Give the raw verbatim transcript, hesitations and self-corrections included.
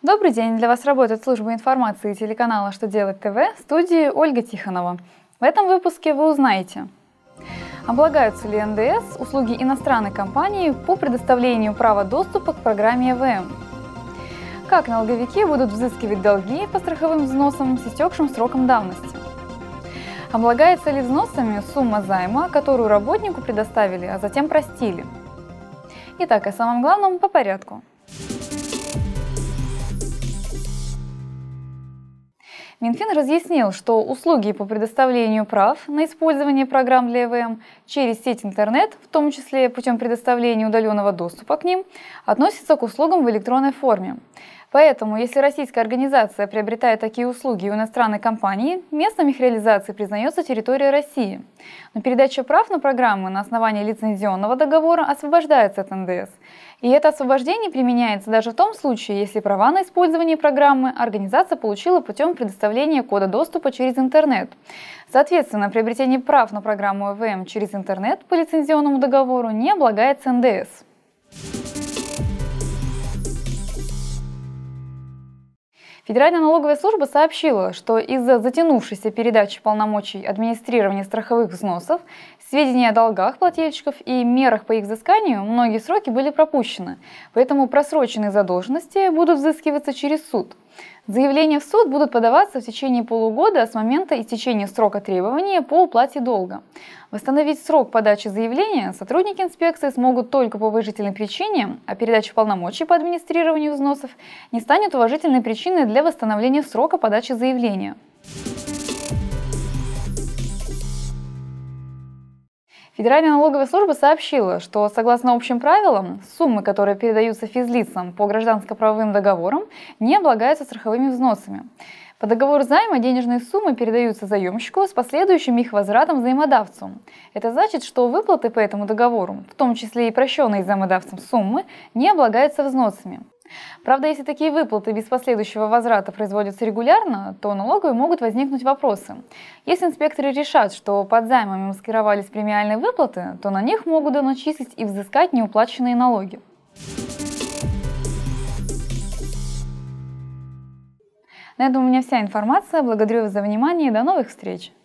Добрый день! Для вас работает служба информации телеканала «Что делать ТВ», в студии Ольга Тихонова. В этом выпуске вы узнаете: облагаются ли эн дэ эс услуги иностранной компании по предоставлению права доступа к программе э вэ эм, как налоговики будут взыскивать долги по страховым взносам с истекшим сроком давности, облагается ли взносами сумма займа, которую работнику предоставили, а затем простили. Итак, о самом главном по порядку. Минфин разъяснил, что услуги по предоставлению прав на использование программ для э вэ эм через сеть интернет, в том числе путем предоставления удаленного доступа к ним, относятся к услугам в электронной форме. Поэтому, если российская организация приобретает такие услуги у иностранной компании, местом их реализации признается территория России. Но передача прав на программы на основании лицензионного договора освобождается от эн дэ эс. И это освобождение применяется даже в том случае, если права на использование программы организация получила путем предоставления кода доступа через интернет. Соответственно, приобретение прав на программу э вэ эм через интернет по лицензионному договору не облагается эн дэ эс. Федеральная налоговая служба сообщила, что из-за затянувшейся передачи полномочий администрирования страховых взносов, сведения о долгах плательщиков и мерах по их взысканию многие сроки были пропущены, поэтому просроченные задолженности будут взыскиваться через суд. Заявления в суд будут подаваться в течение полугода с момента истечения срока требования по уплате долга. Восстановить срок подачи заявления сотрудники инспекции смогут только по уважительной причине, а передача полномочий по администрированию взносов не станет уважительной причиной для восстановления срока подачи заявления. Федеральная налоговая служба сообщила, что согласно общим правилам, суммы, которые передаются физлицам по гражданско-правовым договорам, не облагаются страховыми взносами. По договору займа денежные суммы передаются заемщику с последующим их возвратом взаимодавцу. Это значит, что выплаты по этому договору, в том числе и прощенные взаимодавцем суммы, не облагаются взносами. Правда, если такие выплаты без последующего возврата производятся регулярно, то налоговые могут возникнуть вопросы. Если инспекторы решат, что под займами маскировались премиальные выплаты, то на них могут доначислить и взыскать неуплаченные налоги. На этом у меня вся информация. Благодарю вас за внимание и до новых встреч!